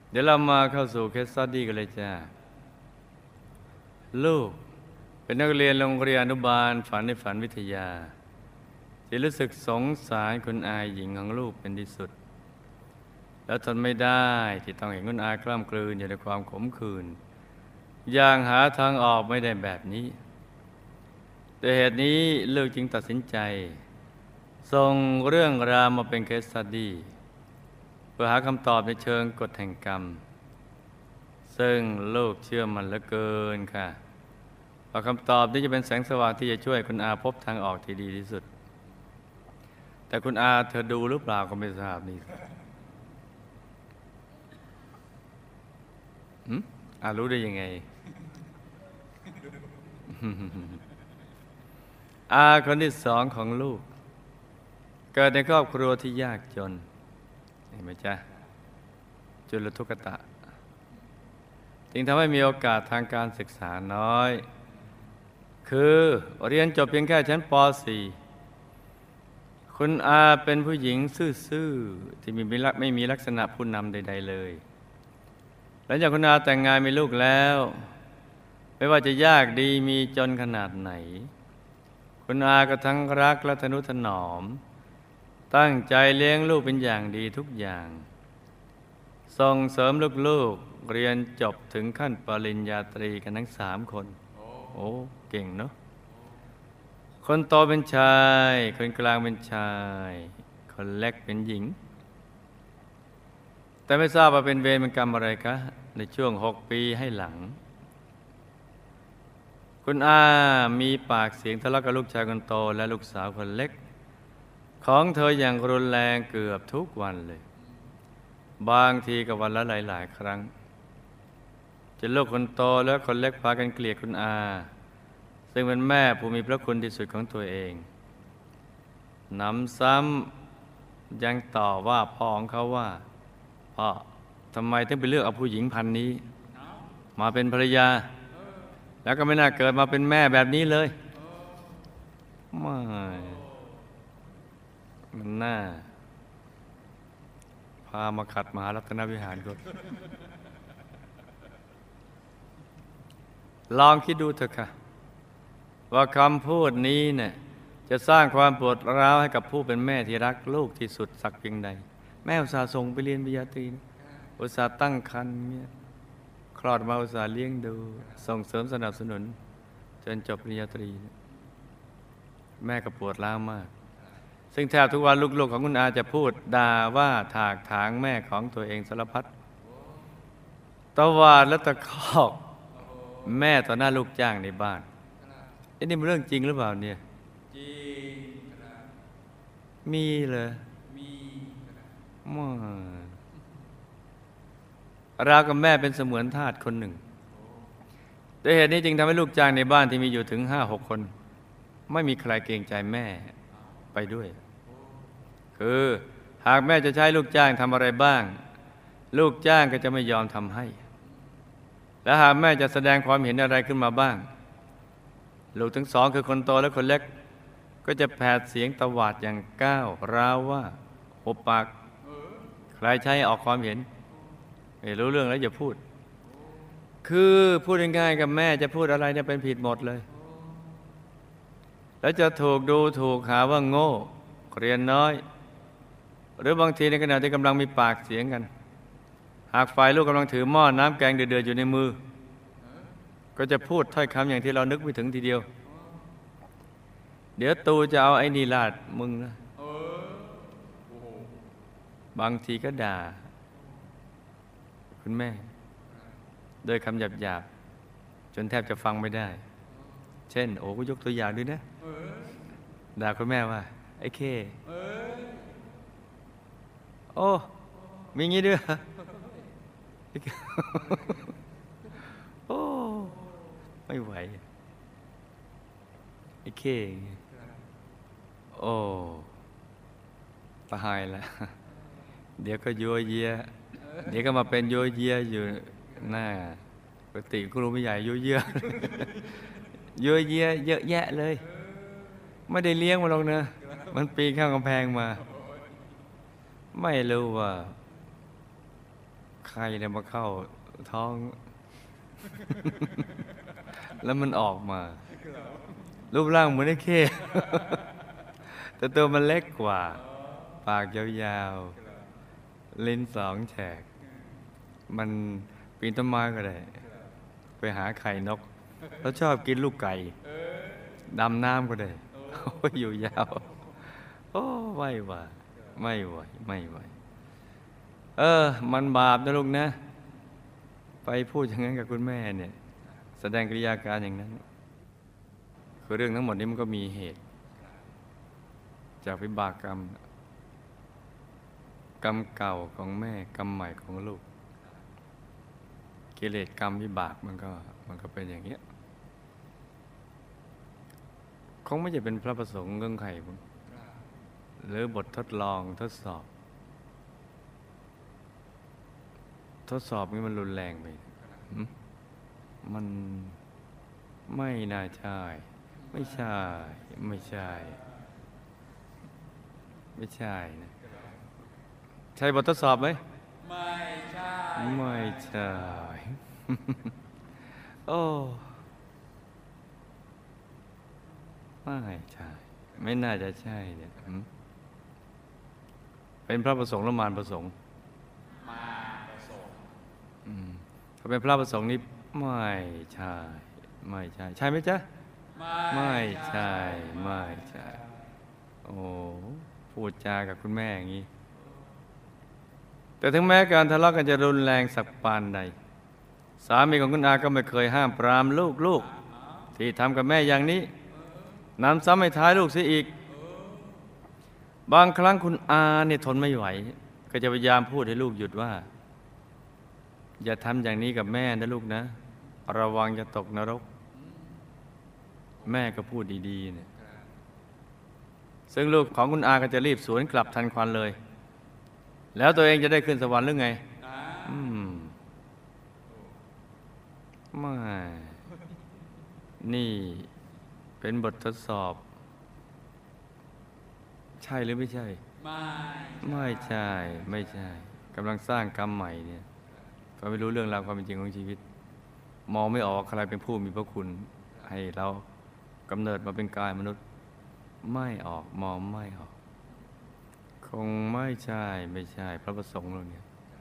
เดี๋ยวเรามาเข้าสู่เคสสตัดดี้กันเลยจ้าลูกเป็นนักเรียนโรงเรียนอนุบาลฝันในฝันวิทยาที่รู้สึกสงสารคุณอาหญิงของลูกเป็นที่สุดแล้วทนไม่ได้ที่ต้องเห็นคุณอากล้ำกลืนอยู่ในความขมขื่นอย่างหาทางออกไม่ได้แบบนี้ด้วยเหตุนี้ลูกจึงตัดสินใจส่งเรื่องราวมาเป็นเคสสตัดดี้เพื่อหาคำตอบในเชิงกฎแห่งกรรมซึ่งลูกเชื่อมันเหลือเกินค่ะว่าคำตอบนี้จะเป็นแสงสว่างที่จะช่วยคุณอาพบทางออกที่ดีที่สุดแต่คุณอาเธอดูหรือเปล่าก็ไม่ทราบนี่รู้ได้ยังไง อาคนที่สองของลูกเกิดในครอบครัวที่ยากจนเห็นไหมจ๊ะจุลทุกขตะจึงทำให้มีโอกาสทางการศึกษาน้อยคือเรียนจบเพียงแค่ชั้นป .4 คุณอาเป็นผู้หญิงซื่อๆที่ไม่มีลักษณะผู้นำใดๆเลยหลังจากคุณอาแต่งงานมีลูกแล้วไม่ว่าจะยากดีมีจนขนาดไหนคุณอาก็ทั้งรักและทนุถนอมตั้งใจเลี้ยงลูกเป็นอย่างดีทุกอย่างส่งเสริมลูกๆเรียนจบถึงขั้นปริญญาตรีกันทั้ง3 คนโอ้เก่งเนาะคนโตเป็นชายคนกลางเป็นชายคนเล็กเป็นหญิงแต่ไม่ทราบว่าเป็นเวรเป็นกรรมอะไรคะในช่วง6 ปีให้หลังคุณอามีปากเสียงทะเลาะกับลูกชายคนโตและลูกสาวคนเล็กของเธออย่างรุนแรงเกือบทุกวันเลยบางทีก็วันละหลายครั้งจนลูกคนโตและคนเล็กพากันเกลียดคุณอาซึ่งเป็นแม่ผู้มีพระคุณที่สุดของตัวเองนำซ้ำยังต่อว่าพ่อของเขาว่าพ่อทำไมถึงไปเลือกเอาผู้หญิงพันนี้มาเป็นภรรยาแล้วก็ไม่น่าเกิดมาเป็นแม่แบบนี้เลยไม่มันน่าพามาขัดมหารัตนวิหารก่อนลองคิดดูเถอะค่ะว่าคำพูดนี้เนี่ยจะสร้างความปวดร้าวให้กับผู้เป็นแม่ที่รักลูกที่สุดสักเพียงใดแม่อุตส่าห์ส่งไปเรียนปริญญาตรีอุตส่าห์ตั้งครรภ์เนี่ยคลอดมาอุตส่าห์เลี้ยงดูส่งเสริมสนับสนุนจนจบปริญญาตรีแม่ก็ปวดร้าวมากซึ่งแทบทุกวันลูกๆของคุณอาจะพูดด่าว่าถากถางแม่ของตัวเองสารพัดตวาดและตะคอกแม่ต่อหน้าลูกจ้างในบ้านนี่มันเรื่องจริงหรือเปล่าเนี่ยจริงครับมีเหรอมีไม่เรากับแม่เป็นเสมือนทาสคนหนึ่งด้วยเหตุนี้จึงทำให้ลูกจ้างในบ้านที่มีอยู่ถึง5-6 คนไม่มีใครเกรงใจแม่ไปด้วยคือหากแม่จะใช้ลูกจ้างทำอะไรบ้างลูกจ้างก็จะไม่ยอมทำให้และหากแม่จะแสดงความเห็นอะไรขึ้นมาบ้างลูกทั้ง 2คือคนโตและคนเล็กก็จะแผดเสียงตวาดอย่างก้าวร้าวว่าหุบปากใครใช้ออกความเห็นไม่รู้เรื่องแล้วอย่าพูดคือพูดง่ายๆกับแม่จะพูดอะไรเนี่ยเป็นผิดหมดเลยแล้วจะถูกดูถูกหาว่าโง่เรียนน้อยหรือบางทีในขณะที่กำลังมีปากเสียงกันหากฝ่ายลูกกำลังถือหม้อน้ำแกงเดือดๆอยู่ในมือก็จะพูดถ้อยคำอย่างที่เรานึกไม่ถึงทีเดียวเดี๋ยวตูจะเอาไอ้นี่ลาดมึงนะบางทีก็ด่าคุณแม่โดยคำหยาบๆจนแทบจะฟังไม่ได้เช่นโอ้ก็ยกตัวอย่างด้วยนะด่าคุณแม่ว่าไอ้เคโอ้มีงี้ด้วยโอ้ไม่ไหวไอ้เคโอ้ตายละเดี๋ยวก็ยัวเยียเดี๋ยวก็มาเป็นยัวเยียอยู่หน้าปกติครูไม่ใหญ่ยัวเยียยัวเยียเยอะแยะเลยไม่ได้เลี้ยงมาหรอกนะมันปีนข้ามกำแพงมาไม่รู้ว่าใครเนี่ยมาเข้าท้อง แล้วมันออกมา รูปร่างเหมือนไอ้เข้ แต่ตัวมันเล็กกว่า ปากยาวๆ ลิ้นสองแฉก มันปีนต้นไม้ก็ได้ ไปหาไข่นก แล้วชอบกินลูกไก่ ดำน้ำก็ได้ โอ้ยอยู่ยาว โอ้ไม่ไหวไม่ไหวไม่ไหว มันบาปนะลูกนะ ไปพูดอย่างนั้นกับคุณแม่เนี่ย แสดงกิริยาการอย่างนั้น คือเรื่องทั้งหมดนี้มันก็มีเหตุ จากวิบากกรรม กรรมเก่าของแม่ กรรมใหม่ของลูก กิเลสกรรมวิบากมันก็เป็นอย่างเงี้ย คงไม่จะเป็นพระประสงค์เรื่องไข่หรือบททดลองทดสอบนี่มันรุนแรงไปมันไม่น่าใช่ไม่ใช่ไม่ใช่ไม่ใช่นะใช่บททดสอบไหมไม่ใช่ไม่ใช่ โอ้ไม่ใช่ไม่น่าจะใช่เนี่ยเป็นพระประสงค์หรือมารประสงค์ถ้าเป็นพระประสงค์นี่ไม่ใช่ไม่ใช่ใช่ไหมจ๊ะไม่ใช่ไม่ใช่โอ้พูดจากับคุณแม่อย่างนี้แต่ถึงแม้การทะเลาะกันจะรุนแรงสักปานใดสามีของคุณอาก็ไม่เคยห้ามปรามลูกที่ทำกับแม่อย่างนี้นำซ้ำให้ท้ายลูกเสียอีกบางครั้งคุณอาเนี่ยทนไม่ไหวก็จะพยายามพูดให้ลูกหยุดว่าอย่าทำอย่างนี้กับแม่นะลูกนะระวังจะตกนรกแม่ก็พูดดีๆเนี่ยซึ่งลูกของคุณอาก็จะรีบสวนกลับทันควันเลยแล้วตัวเองจะได้ขึ้นสวรรค์หรือไงไม่นี่เป็นบททดสอบใช่หรือไม่ใช่ไม่ใช่ไม่ใช่กำลังสร้างกรรมใหม่เนี่ยก็ไม่รู้เรื่องราวความเป็นจริงของชีวิตมองไม่ออกใครเป็นผู้มีพระคุณให้เรากำเนิดมาเป็นกายมนุษย์ไม่ออกมองไม่ออกคงไม่ใช่ไม่ใช่พระประสงค์เราเนี่ย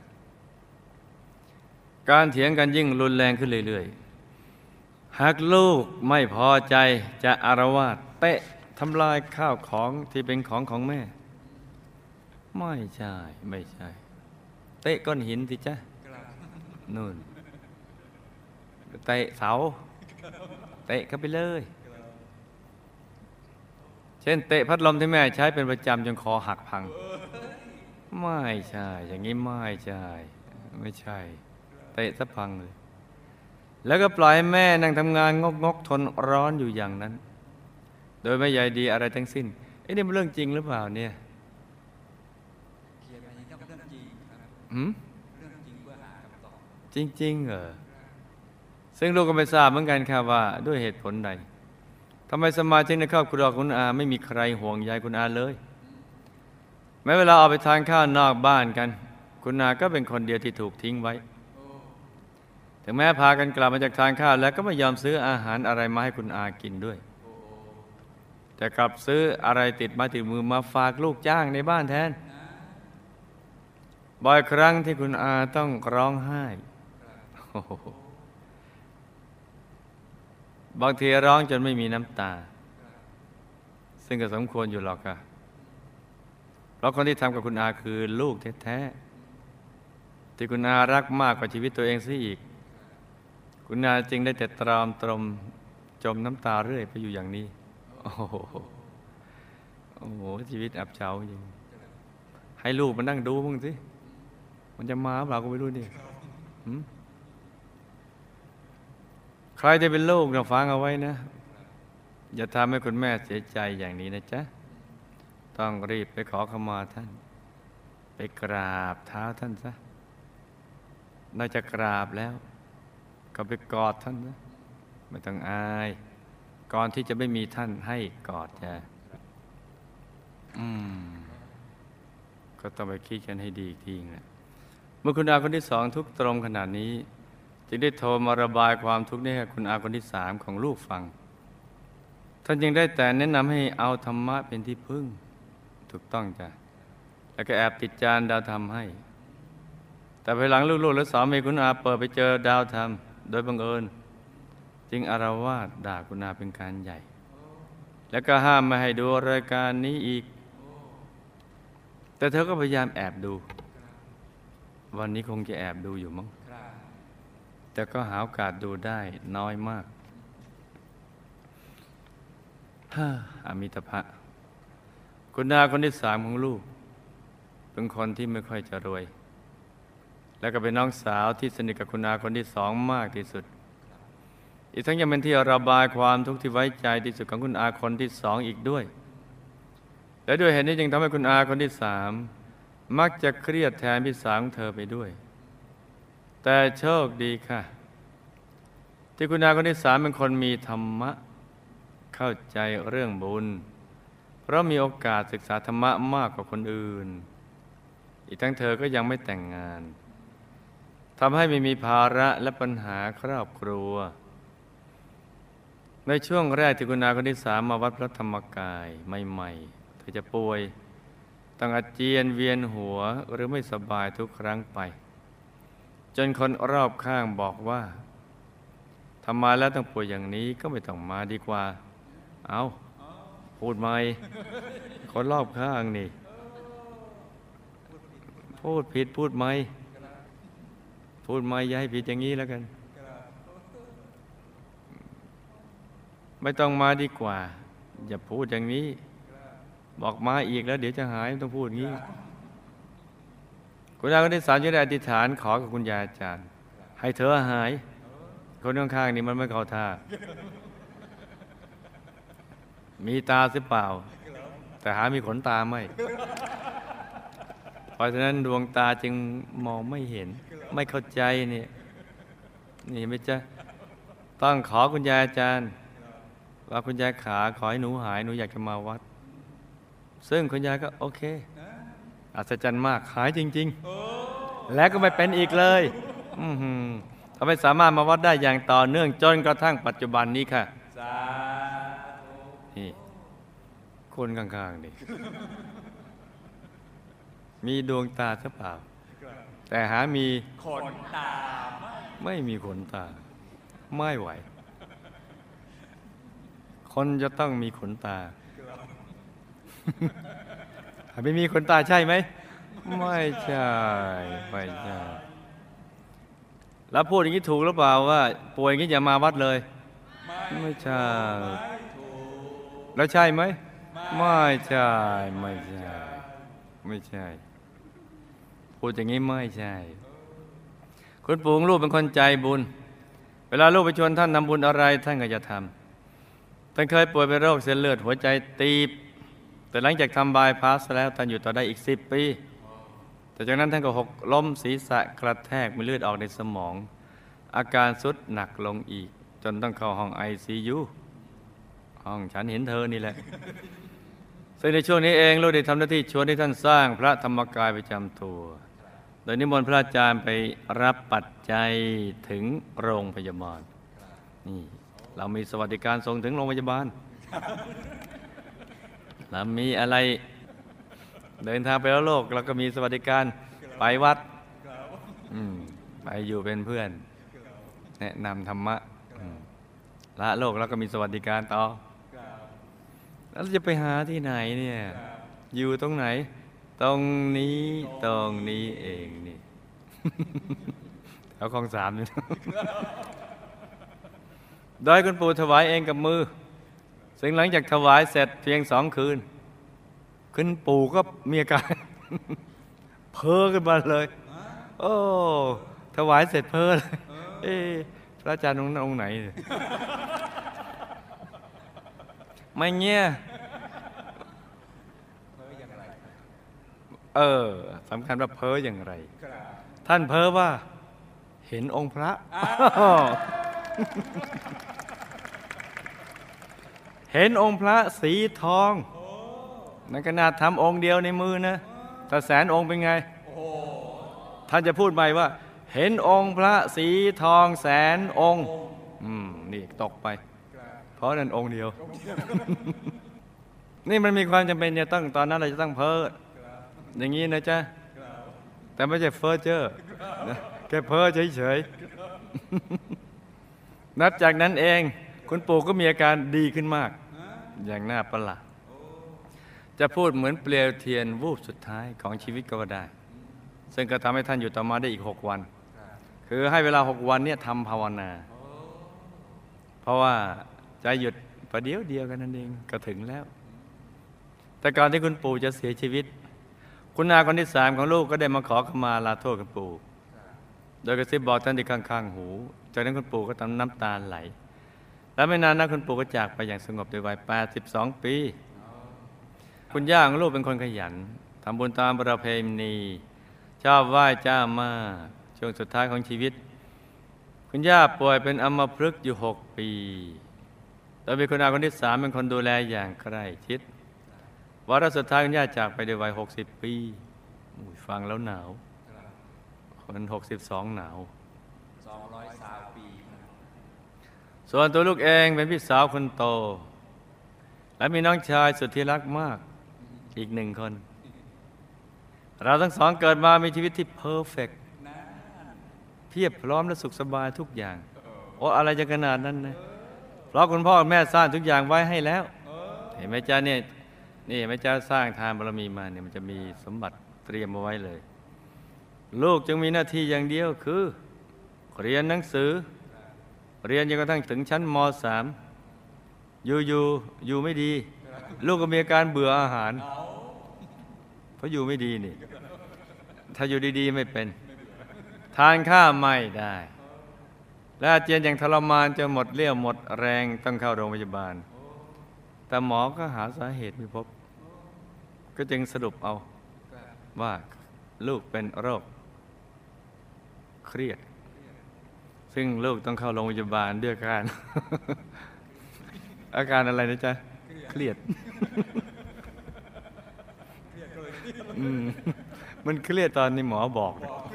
การเถียงกันยิ่งรุนแรงขึ้นเรื่อยๆหากลูกไม่พอใจจะอาละวาดเตะทำลายข้าวของที่เป็นของแม่ไม่ใช่ไม่ใช่เตะก้อนหินสิจ๊ะนู่นเตะเสาเตะเข้าไปเลยเช่นเตะพัดลมที่แม่ใช้เป็นประจำจนคอหักพังไม่ใช่อย่างนี้ไม่ใช่ไม่ใช่เตะซะพังเลยแล้วก็ปล่อยให้แม่นั่งทำงานงกทนร้อนอยู่อย่างนั้นโดยไม่ใยดีอะไรทั้งสิ้นนี่มันเรื่องจริงหรือเปล่าเนี่ยเขียนมาอย่างนี้ก็เรื่องจริงครับเรื่องจริงเพื่อหาคำตอบจริงเหรอซึ่งลูกก็ไม่ทราบเหมือนกันค่ะว่าด้วยเหตุผลใดทำไมสมาชิกในครอบครัวคุณอาไม่มีใครห่วงใยคุณอาเลยแม้เวลาออกไปทานข้าวนอกบ้านกันคุณอาก็เป็นคนเดียวที่ถูกทิ้งไว้ถึงแม้พากันกลับมาจากทานข้าวแล้วก็ไม่ยอมซื้ออาหารอะไรมาให้คุณอากินด้วยแต่กลับซื้ออะไรติดมาติดมือมาฝากลูกจ้างในบ้านแทนบ่อยครั้งที่คุณอาต้องร้องไห้บางทีร้องจนไม่มีน้ำตาซึ่งก็สมควรอยู่หรอกค่ะเพราะคนที่ทำกับคุณอาคือลูกแท้ๆที่คุณอารักมากกว่าชีวิตตัวเองซะอีกคุณอาจึงได้แต่ตรอมตรมจมน้ำตาเรื่อยไปอยู่อย่างนี้โอ้โหชีวิตอับเฉาจริงให้ลูกมานั่งดูบ้างสิมันจะมาเปล่าก็ไม่รู้นี่ใครจะเป็นลูกนะฟังเอาไว้นะอย่าทำให้คุณแม่เสียใจอย่างนี้นะจ๊ะต้องรีบไปขอขมาท่านไปกราบเท้าท่านซะน่าจะกราบแล้วก็ไปกอดท่านนะไม่ต้องอายก่อนที่จะไม่มีท่านให้กอดจ้ะก็ต้องไปคิดกันให้ดีอีกทีนะมื่อคุณอาคนที่สองทุกข์ตรมขนาดนี้จึงได้โทรมาระบายความทุกข์นี้ให้คุณอาคนที่สามของลูกฟังท่านจึงได้แต่แนะนำให้เอาธรรมะเป็นที่พึ่งถูกต้องจ้ะแล้วก็แอบติดจานดาวธรรมให้แต่ภายหลังลูกๆและสามีคุณอาเปิดไปเจอดาวธรรมโดยบังเอิญจึงอาละวาดด่าคุณอาเป็นการใหญ่แล้วก็ห้ามไม่ให้ดูรายการนี้อีกแต่เธอก็พยายามแอบดูวันนี้คงจะแอบดูอยู่มั้งแต่ก็หาโอกาสดูได้น้อยมากอมิตภะคุณอาคนที่สามของลูกเป็นคนที่ไม่ค่อยจะรวยและก็เป็นน้องสาวที่สนิทกับคุณอาคนที่สองมากที่สุดอีกทั้งยังเป็นที่ระบายความทุกข์ที่ไว้ใจที่สุดของคุณอาคนที่สองอีกด้วยและด้วยเหตุนี้จึงทำให้คุณอาคนที่สามมักจะเครียดแทนพี่สาวของเธอไปด้วยแต่โชคดีค่ะที่คุณอาคนที่สามเป็นคนมีธรรมะเข้าใจเรื่องบุญเพราะมีโอกาสศึกษาธรรมะมากกว่าคนอื่นอีกทั้งเธอก็ยังไม่แต่งงานทำให้ไม่มีภาระและปัญหาครอบครัวในช่วงแรกที่คุณอาคนที่สามมาวัดพระธรรมกายใหม่ๆเธอจะป่วยต้องอาเจียนเวียนหัวหรือไม่สบายทุกครั้งไปจนคนรอบข้างบอกว่าทำมาแล้วต้องป่วยอย่างนี้ก็ไม่ต้องมาดีกว่าเอาพูดใหม่คนรอบข้างนี่พูดผิดพูดใหม่อย่าให้ผิดอย่างนี้แล้วกันไม่ต้องมาดีกว่าอย่าพูดอย่างนี้บอกมาอีกแล้วเดี๋ยวจะหายไม่ต้องพูดอย่างนี้คุณอาคนที่สามจะได้อธิษฐานขอกับคุณยายอาจารย์ให้เธอหายคนข้างๆนี่มันไม่เข้าท่ามีตาสิเปล่าแต่หามีขนตาไม่เพราะฉะนั้นดวงตาจึงมองไม่เห็นไม่เข้าใจเนี่ยนี่ไม่จะต้องขอคุณยายอาจารย์ว่าคุณยายขาขอให้หนูหายหนูอยากจะมาวัดซึ่งคุณยายก็โอเคอัศจรรย์มากหายจริงๆและก็ไม่เป็นอีกเลยทำให้สามารถมาวัดได้อย่างต่อเนื่องจนกระทั่งปัจจุบันนี้ค่ะนี่คนข้างๆนี่มีดวงตาหรือเปล่าแต่หามีขนตาไม่มีขนตาไม่ไหวคนจะต้องมีขนตาไม่มีขนตาใช่ไหมไม่ใช่แล้วพูดอย่างนี้ถูกหรือเปล่าว่าป่วยอย่างนี้อย่ามาวัดเลยไม่ใช่แล้วใช่ไหมไม่ใช่พูดอย่างนี้ไม่ใช่คุณปู่ของลูกเป็นคนใจบุญเวลาลูกไปชวนท่านทำบุญอะไรท่านก็จะทำท่านเคยป่วยเป็นโรคเส้นเลือดหัวใจตีบแต่หลังจากทำบายพาสแล้วท่านอยู่ต่อได้อีก10 ปีแต่จากนั้นท่านก็หกล้มศีรษะกระแทกมีเลือดออกในสมองอาการทรุดหนักลงอีกจนต้องเข้าห้อง ICU ห้องฉันเห็นเธอนี่แหละซึ่งในช่วงนี้เองลูกได้ทำหน้าที่ชวนให้ท่านสร้างพระธรรมกายประจำตัวโดยนิมนต์พระอาจารย์ไปรับปัจจัยถึงโรงพยาบาลนี่เรามีสวัสดิการส่งถึงโรงพยาบาลเรามีอะไรเดินทางไปแล้วโลกเราก็มีสวัสดิการไปวัดไปอยู่เป็นเพื่อนแนะนำธรรมะละโลกแล้วก็มีสวัสดิการต่อแล้วจะไปหาที่ไหนเนี่ยอยู่ตรงไหนตรงนี้เองนี่แถวคลอง3นี่โดยคุณปู่ถวายเองกับมือซึ่งหลังจากถวายเสร็จเพียง2 คืนคุณปู่ก็มีอาการเพ้อขึ้นมาเลยโอ้ถวายเสร็จเพ้อเลยพระอาจารย์องค์ไหนไม่เงี้ยสำคัญว่าเพ้ออย่างไรท่านเพ้อว่าเห็นองค์พระเห็นองค์พระสีทองในขนาดทำองค์เดียวในมือนะแต่แสนองค์เป็นไงท่านจะพูดใหม่ว่า เห็นองค์พระสีทองแสนองค์นี่ตกไปเพราะนั่นองค์เดียว นี่มันมีความจำเป็นจะต้องตอนนั้นเราจะต้องเพ้ออย่างนี้นะจ๊ะแต่ไม่ใช่เพ้อเจ้อแค่เพ้อเฉยๆ นับจากนั้นเองคุณปู่ก็มีอาการดีขึ้นมากอย่างน่าประหลาดจะพูดเหมือนเปลวเทียนวูบสุดท้ายของชีวิตก็ว่าได้ซึ่งก็ทำให้ท่านอยู่ต่อมาได้อีก6 วันคือให้เวลา6 วันเนี่ยทำภาวนาเพราะว่าจะหยุดประเดี๋ยวเดียวกันนั่นเองก็ถึงแล้วแต่ก่อนที่คุณปู่จะเสียชีวิตคุณอาคนที่3ของลูกก็ได้มาขอขมาลาโทษคุณปู่โดยกระซิบบอกท่านที่ข้างๆหูจากนั้นคุณปู่ก็ทำน้ำตาไหลและไม่นานนักคุณปู่ก็จากไปอย่างสงบด้วยวัย82 ปีคุณย่าของลูกเป็นคนขยันทำบุญตามประเพณีชอบไหว้เจ้ามากช่วงสุดท้ายของชีวิตคุณย่าป่วยเป็นอัมพฤกษ์อยู่6 ปีโดยมีคุณอาคนที่3เป็นคนดูแลอย่างใกล้ชิดวาระสุดท้ายคุณย่าจากไปด้วยวัย60 ปีฟังแล้วหนาวคน62หนาว 200 ปีส่วนตัวลูกเองเป็นพี่สาวคนโตและมีน้องชายสุดที่รักมากอีก1 คนเราทั้งสองเกิดมามีชีวิตที่เพอร์เฟกต์เพียบพร้อมและสุขสบายทุกอย่างโอ้อะไรจะขนาดนั้นนะเพราะคุณพ่อแม่สร้างทุกอย่างไว้ให้แล้วเห็นไหมจ๊ะเนี่ยนี่แม่จ้าสร้างทานบารมีมาเนี่ยมันจะมีสมบัติเตรียมมาไว้เลยลูกจึงมีหน้าที่อย่างเดียวคือเรียนหนังสือเรียนจนกระทั่งถึงชั้นม.3 อยู่ไม่ดีลูกก็มีอาการเบื่ออาหารเพราะอยู่ไม่ดีนี่ถ้าอยู่ดีๆไม่เป็นทานข้าวไม่ได้และอาเจียนอย่างทรมานจนหมดเรี่ยวหมดแรงต้องเข้าโรงพยาบาลแต่หมอก็หาสาเหตุไม่พบก็จึงสรุปเอาว่าลูกเป็นโรคเครียดซึ่งลูกต้องเข้าโรงพยาบาลด้วยอาการอะไรนะจ๊ะเครียดมันเครียดตอนนี้หมอบอก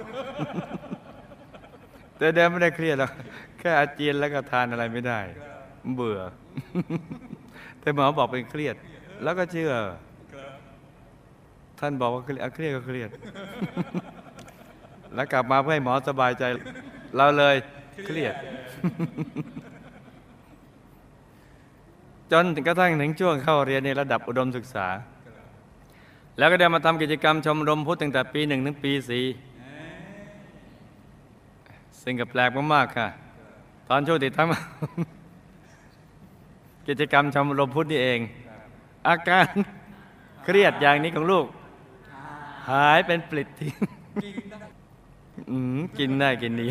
แต่เดิมไม่ได้เครียดหรอกแค่อาเจียนแล้วก็ทานอะไรไม่ได้เบื่อแต่หมอบอกเป็นเครียดแล้วก็เชื่อท่านบอกว่าเครียดก็เครียดแล้วกลับมาเพื่อให้หมอสบายใจเราเลยเครียดจนกระทั่งถึงช่วงเข้าเรียนในระดับอุดมศึกษาแล้วก็ได้มาทำกิจกรรมชมรมพุทธตั้งแต่ปี 1 ถึงปี 4ซึ่งก็แปลกมากๆค่ะตอนช่วงที่ทำกิจกรรมชมรมพุทธนี่เองอาการเครียดอย่างนี้ของลูกหายเป็นปลิดทิ้งกินได้กินดี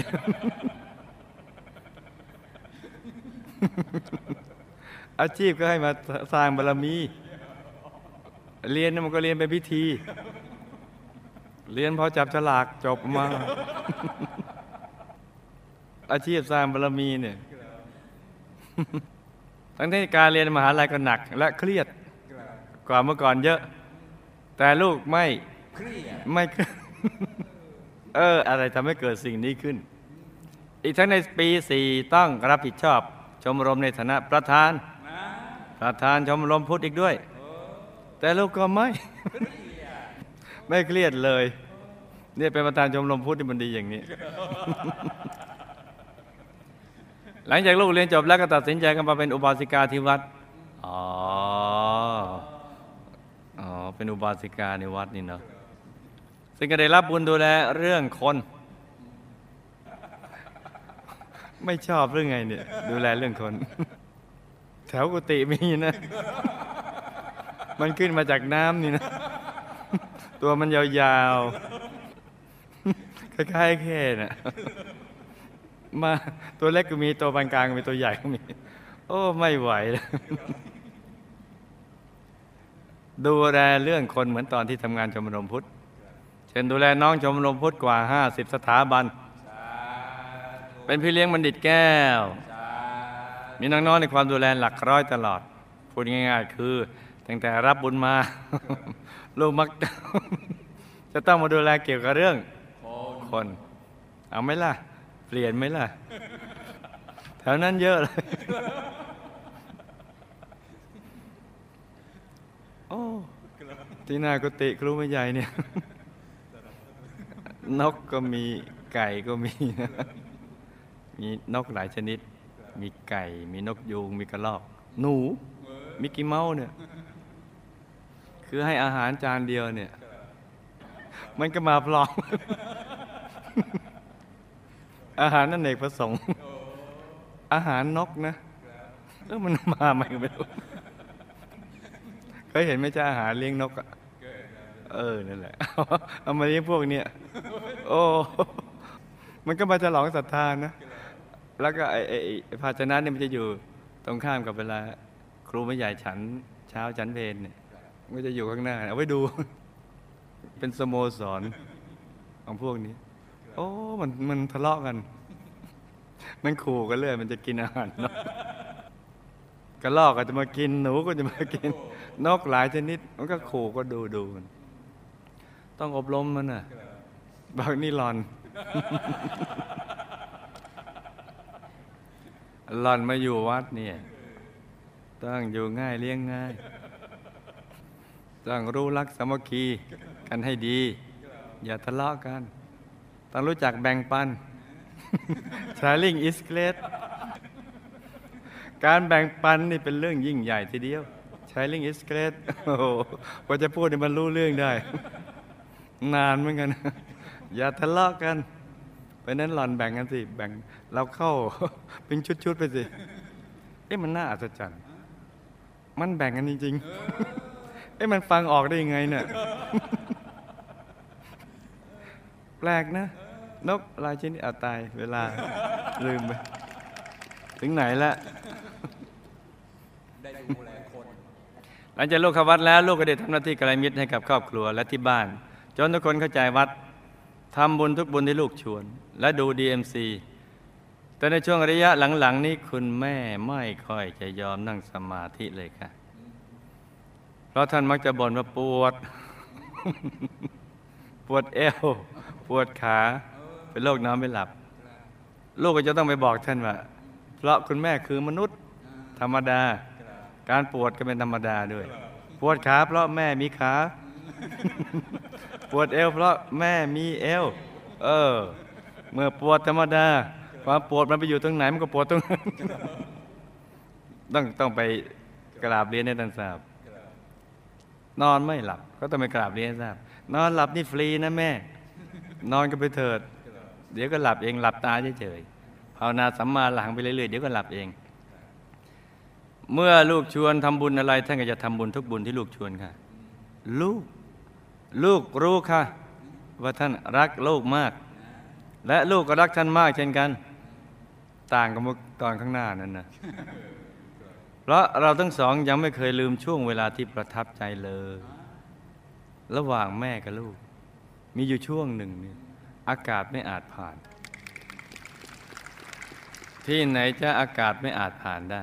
อาชีพก็ให้มาสร้างบารมีเรียนมันก็เรียนเป็นพิธีเรียนพอจับฉลากจบมาอาชีพสร้างบารมีเนี่ยทั้งที่การเรียนมหาลัยก็หนักและเครียดกว่าเมื่อก่อนเยอะแต่ลูกไม่อะไรทำให้เกิดสิ่งนี้ขึ้นอีกทั้งในปี 4ต้องรับผิดชอบชมรมในฐานะประธานชมรมพุทธอีกด้วยแต่ลูกก็ไม่เครียดเลยเนี่ยเป็นประธานชมรมพุทธที่มันดีอย่างนี้ หลังจากลูกเรียนจบแล้วก็ตัดสินใจกันมาเป็นอุบาสิกาที่วัดเป็นอุบาสิกาในวัดนี่เนาะซึ่งก็ได้รับบุญดูแลเรื่องคนไม่ชอบเรื่องไงเนี่ยดูแลเรื่องคนแถวกุฏิมีนะมันขึ้นมาจากน้ำนี่นะตัวมันยาวๆคล้ายๆแค่น่ะมาตัวเล็กก็มีตัวปานกลางก็มีตัวใหญ่ก็มีโอ้ไม่ไหวแล้วดูแลเรื่องคนเหมือนตอนที่ทำงานชมรมพุทธเช่นดูแลน้องชมรมพุทธกว่า50 สถาบันเป็นพี่เลี้ยงบัณฑิตแก้วมีน้องๆในความดูแลหลักร้อยตลอดพูดง่ายๆคือตั้งแต่รับบุญมาลูกมักจะต้องมาดูแลเกี่ยวกับเรื่องคคน เอาไหมล่ะ เปลี่ยนไหมล่ะ แถวนั้นเยอะเลย โอ้ที่หน้ากุฏิครูไม่ใหญ่เนี่ย นกก็มีไก่ก็มี มีนกหลายชนิด มีไก่ มีนกยูง มีกระรอก หนู มิกกี้เมาส์เนี่ย คือให้อาหารจานเดียวเนี่ย มันก็มาพร้อม อาหารนั่นเอกประสงค์ อาหารนกนะมันมาไหมก็ไม่รู้ เคยเห็นไหมจ้าอาหารเลี้ยงนกอ่ะนั่นแหละ เอามาเลี้ยงพวกเนี้ยโอ้ มันก็มาฉลองศรัทธานะ แล้วก็ไอ้ภาชนะเนี่ยมันจะอยู่ตรงข้ามกับเวลาครูไม่ใหญ่ฉันเช้าฉันเพลเนี่ยมันก็จะอยู่ข้างหน้าเอาไว้ดู เป็นสโมสรของพวกนี้ โอ้มันทะเลาะกัน มันขู่กันเรื่อยมันจะกินอาหารนกกระรอกก็จะมากินหนูก็จะมากินนกหลายชนิดมันก็ขู่ก็ดูมันต้องอบรมมันน่ะบอกนี่หลอน หลอนมาอยู่วัดเนี่ยต้องอยู่ง่ายเลี้ยงง่ายต้องรู้รักสามัคคีกันให้ดีอย่าทะเลาะกันต้องรู้จักแบ่งปัน Sharing is great การแบ่งปันนี่เป็นเรื่องยิ่งใหญ่ทีเดียว Sharing is great โอ้โหกว่าจะพูดให้มันรู้เรื่องได้ นานเหมือนกัน อย่าทะเลาะกันเพราะนั้นหล่อนแบ่งกันสิแบ่งเราเข้า เป็นชุดๆไปสิมันน่าอัศจรรย์มันแบ่งกันจริงๆมันฟังออกได้ยังไงเนี่ย แปลกนะนกลายชนิดตายเวลาลืมไปถึงไหนละได้ดูแลคนหลังจากลูกเข้าวัดแล้วลูกก็ได้ทำหน้าที่กัลยาณมิตรให้กับครอบครัวและที่บ้านจนทุกคนเข้าใจวัดทำบุญทุกบุญที่ลูกชวนและดู DMC แต่ในช่วงระยะหลังๆนี้คุณแม่ไม่ค่อยจะยอมนั่งสมาธิเลยค่ะเพราะท่านมักจะบ่นว่าปวด ปวดเอวปวดขาเป็นโรคนอนไม่หลับลูกก็จะต้องไปบอกท่านว่าเพราะคุณแม่คือมนุษย์ธรรมดาการปวดก็เป็นธรรมดาด้วยปวดขาเพราะแม่มีขา ปวดเอวเพราะแม่มีเอวเมื่อปวดธรรมดาความปวดมันไปอยู่ตรงไหนมันก็ปวดตรงนั้น ต้องไปกราบเรียนให้ท่านทราบนอนไม่หลับก็ต้องไปกราบเรียนให้ทราบนอนหลับนี่ฟรีนะแม่นอนก็ไปเถิดเดี๋ยวก็หลับเองหลับตาเฉยๆภาวนาสัมมาหลังไปเรื่อยๆเดี๋ยวก็หลับเองเมื่อลูกชวนทำบุญอะไรท่านก็จะทำบุญทุกบุญที่ลูกชวนค่ะลูกรู้ค่ะว่าท่านรักลูกมากและลูกก็รักท่านมากเช่นกันต่างกับเมื่อตอนข้างหน้านั้นนะ เพราะเราทั้งสองยังไม่เคยลืมช่วงเวลาที่ประทับใจเลยระหว่างแม่กับลูกมีอยู่ช่วงหนึ่งเนี่ยอากาศไม่อาจผ่านที่ไหนจะอากาศไม่อาจผ่านได้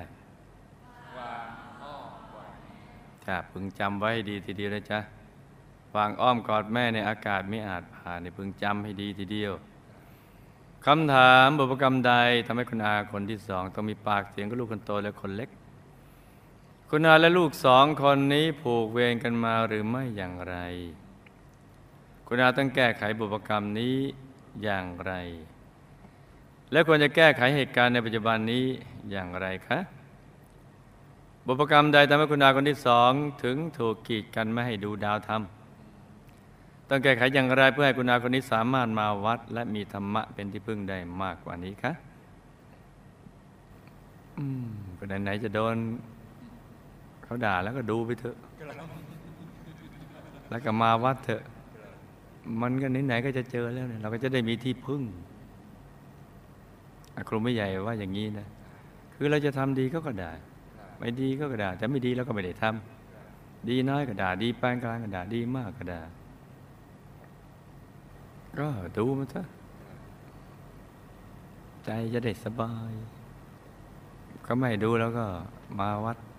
จ้าพึงจำไว้ให้ดีทีเดียวนะจ๊ะวางอ้อมกอดแม่ในอากาศไม่อาจผ่านในพึงจำให้ดีทีเดียวคำถามบุพกรรมใดทำให้คุณอาคนที่สองต้องมีปากเสียงกับลูกคนโตและคนเล็กคุณอาและลูกสองคนนี้ผูกเวรกันมาหรือไม่อย่างไรคุณอาต้องแก้ไขบุพกรรมนี้อย่างไรและควรจะแก้ไขเหตุการณ์ในปัจจุบันนี้อย่างไรคะบุพกรรมใดทำให้คุณอาคนที่สองถึงถูกกีดกันไม่ให้ดูดาวธรรมต้องแก้ไขอย่างไรเพื่อให้คุณอาคนนี้สามารถมาวัดและมีธรรมะเป็นที่พึ่งได้มากกว่านี้คะคนไหนจะโดนเขาด่าแล้วก็ดูไปเถอะแล้วก็มาวัดเถอะมันก็ไหนๆก็จะเจอแล้วเนี่ยเราก็จะได้มีที่พึ่งครูไม่ใหญ่ว่าอย่างนี้นะคือเราจะทำดีก็ด่าไม่ดีก็ด่าแต่ไม่ดีเราก็ไม่ได้ทำดีน้อยก็ด่าดีปานกลางก็ด่าดีมากก็ด่าก็ดูมันซะใจจะได้สบายก็ไม่ดูแล้วก็มาวัด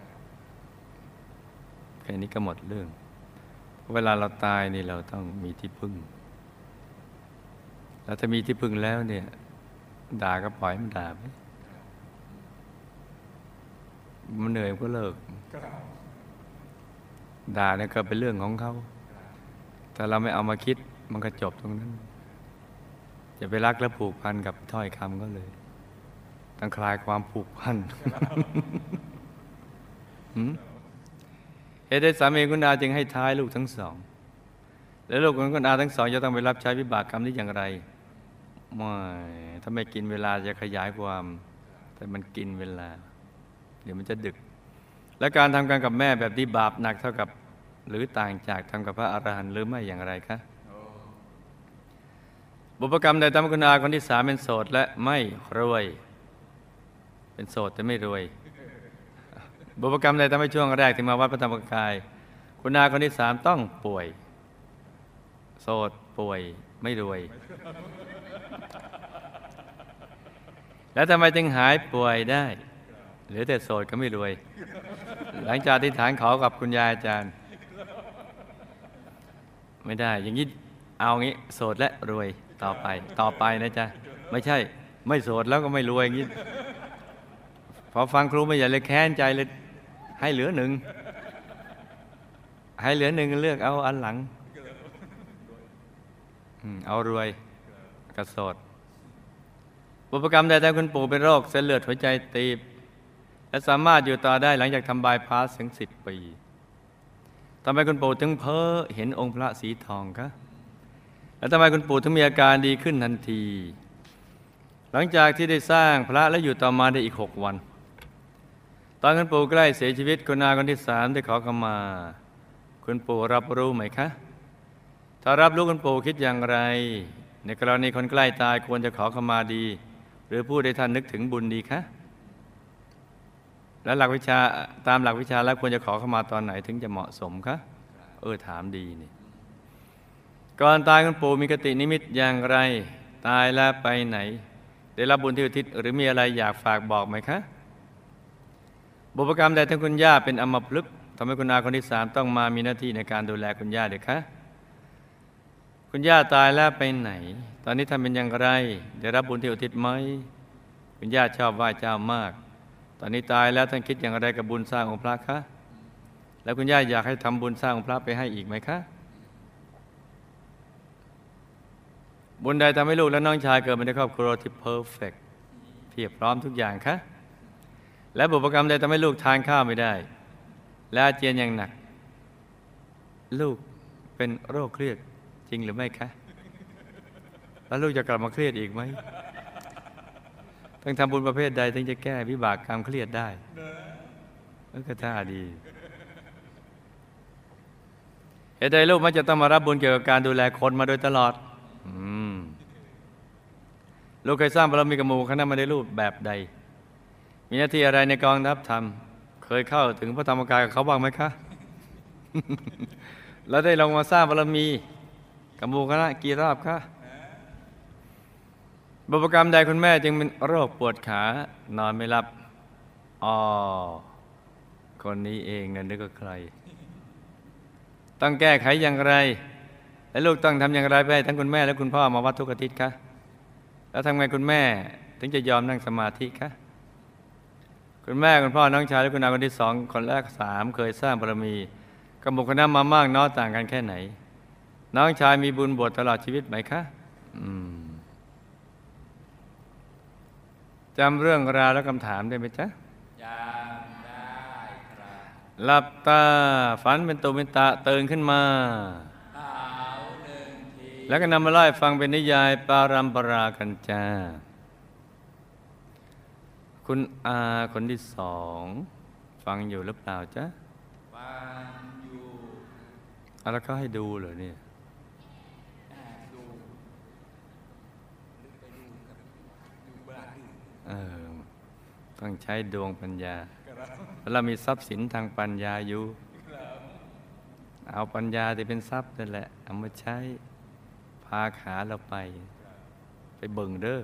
แค่นี้ก็หมดเรื่องเวลาเราตายนี่เราต้องมีที่พึ่งแล้วถ้ามีที่พึ่งแล้วเนี่ยด่าก็ปล่อยมันด่าไปมันเหนื่อยก็เลิกด่าเนี่ยก็เป็นเรื่องของเขาแต่เราไม่เอามาคิดมันก็จบตรงนั้นจะไปรักและผูกพันกับถ้อยคำก็เลยต้องคลายความผูกพัน เหตุใดสามีคุณอาจึงให้ท้ายลูกทั้งสองและลูกของคุณอาทั้งสองจะต้องไปรับใช้วิบากกรรมนี้อย่างไรไม่ถ้าไม่กินเวลาจะขยายความแต่มันกินเวลาเดี๋ยวมันจะดึกและการทำกันกับแม่แบบนี้บาปหนักเท่ากับหรือต่างจากทำกับพระอรหันต์หรือไม่อย่างไรคะบุพกรรมใดทำให้คุณอาคนที่สามเป็นโสดและไม่รวยเป็นโสดแต่ไม่รวยบุพกรรมใดทำให้ช่วงแรกที่มาวัดพระธรรมกายคุณอาคนที่สามต้องป่วยโสดป่วยไม่รวยแล้วทำไมจึงหายป่วยได้เหลือแต่โสดก็ไม่รวยหลังจากที่ฐานขอกับคุณยายอาจารย์ไม่ได้อย่างนี้เอางี้โสดและรวยต่อไปนะจ๊ะไม่ใช่ไม่โสดแล้วก็ไม่รวยอย่างนี้พอฟังครูไม่อยากเลยแค้นใจเลยให้เหลือหนึ่งเลือกเอาอันหลังเอารวยกับโสดบุพกรรมใดแต่คุณปู่เป็นโรคเส้นเลือดหัวใจตีบและสามารถอยู่ต่อได้หลังจากทำบายพาสถึง10 ปีทำไมคุณปู่ถึงเพ้อเห็นองค์พระสีทองคะแล้วทำไมคุณปู่ถึงมีอาการดีขึ้นทันทีหลังจากที่ได้สร้างพระและอยู่ต่อมาได้อีก6 วันตอนคุณปู่ใกล้เสียชีวิตคุณอาคนที่3ได้ขอขมาคุณปู่รับรู้ไหมคะถ้ารับรู้คุณปู่คิดอย่างไรในกรณีคนใกล้ตายควรจะขอขมาดีหรือพูดให้ท่านนึกถึงบุญดีคะและตามหลักวิชาแล้วควรจะขอขมาตอนไหนถึงจะเหมาะสมคะถามดีนี่ก่อนตายคุณปู่มีคตินิมิตอย่างไรตายแล้วไปไหนได้รับบุญที่อุทิศหรือมีอะไรอยากฝากบอกไหมคะบุพกรรมใดทั้งคุณย่าเป็นอัมพฤกษ์ทำให้คุณอาคนที่3ต้องมามีหน้าที่ในการดูแลคุณย่าเด็กคะคุณย่าตายแล้วไปไหนตอนนี้ทำเป็นอย่างไรได้รับบุญที่อุทิศไหมคุณย่าชอบไหว้เจ้ามากตอนนี้ตายแล้วท่านคิดอย่างไรกับบุญสร้างองค์พระคะแล้วคุณย่าอยากให้ทำบุญสร้างองค์พระไปให้อีกไหมคะบุญใดทำให้ลูกและน้องชายเกิดมาในครอบครัวที่เพอร์เฟกต์เพียบพร้อมทุกอย่างคะและบุพกรรมใดทำให้ลูกทานข้าวไม่ได้และอาเจียนอย่างหนักลูกเป็นโรคเครียดจริงหรือไม่คะแล้วลูกจะกลับมาเครียดอีกไหมต้องทำบุญประเภทใดถึงจะแก้วิบากกรรมเครียดได้ก็ท่าดีเหตุใดลูกมักจะต้องมารับบุญเกี่ยวกับการดูแลคนมาโดยตลอดลูกเคยสร้างบารมีกับหมู่คณะมาในรูปแบบใดมีหน้าที่อะไรในกองทัพธรรมเคยเข้าถึงพระธรรมกายกับเขาบ้างไหมคะ แล้วได้ลงมาสร้างบารมีกับหมู่คณะกี่รอบคะบุพกรรมใดคุณแม่จึงเป็นโรคปวดขานอนไม่หลับคนนี้เองนั่นนึกว่าใครต้องแก้ไขอย่างไรและลูกต้องทำอย่างไรไปทั้งคุณแม่และคุณพ่อมาวัดทุกอาทิตย์คะแล้วทำไงคุณแม่ถึงจะยอมนั่งสมาธิคะคุณแม่คุณพ่อน้องชายและคุณอาคนที่2คนแรก3เคยสร้างบารมีกับหมู่คณะมามากน้อยต่างกันแค่ไหนน้องชายมีบุญบวชตลอดชีวิตไหมคะจำเรื่องราวและคำถามได้ไหมจ๊ะจำได้ครับหลับตาฝันเป็นตุเป็นตะตื่นขึ้นมาแล้วก็นำมาไล่ฟังเป็นนิยายปารัมปรากันจ้าคุณอาคนที่2ฟังอยู่หรือเปล่าจ๊ะฟังอยู่แล้วก็ให้ดูเหรอเนี่ยดูไปดูกับดูบ้านต้องใช้ดวงปัญญาเรามีทรัพย์สินทางปัญญาอยู่เอาปัญญาที่เป็นทรัพย์นั่นแหละเอามาใช้พาขาเราไปเบิ่งเด้อ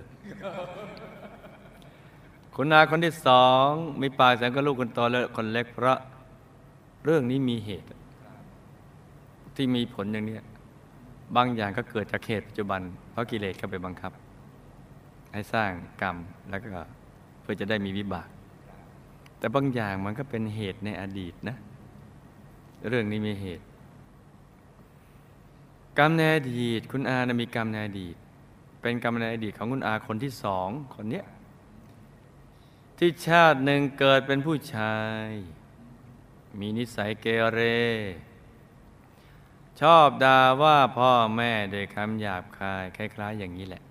คุณอาคนที่2มีปากแสนกับลูกคนโตและคนเล็กเพราะเรื่องนี้มีเหตุที่มีผลอย่างนี้บางอย่างก็เกิดจากเหตุปัจจุบันเพราะกิเลสเข้าไปบังคับให้สร้างกรรมแล้วก็เพื่อจะได้มีวิบากแต่บางอย่างมันก็เป็นเหตุในอดีตนะเรื่องนี้มีเหตุกรรมในอดีตคุณอานะมีกรรมในอดีตเป็นกรรมในอดีตของคุณอาคนที่สองคนเนี้ยที่ชาติหนึ่งเกิดเป็นผู้ชายมีนิสัยเกเรชอบด่าว่าพ่อแม่ด้วยคำหยาบคายคล้ายๆอย่างนี้แหละ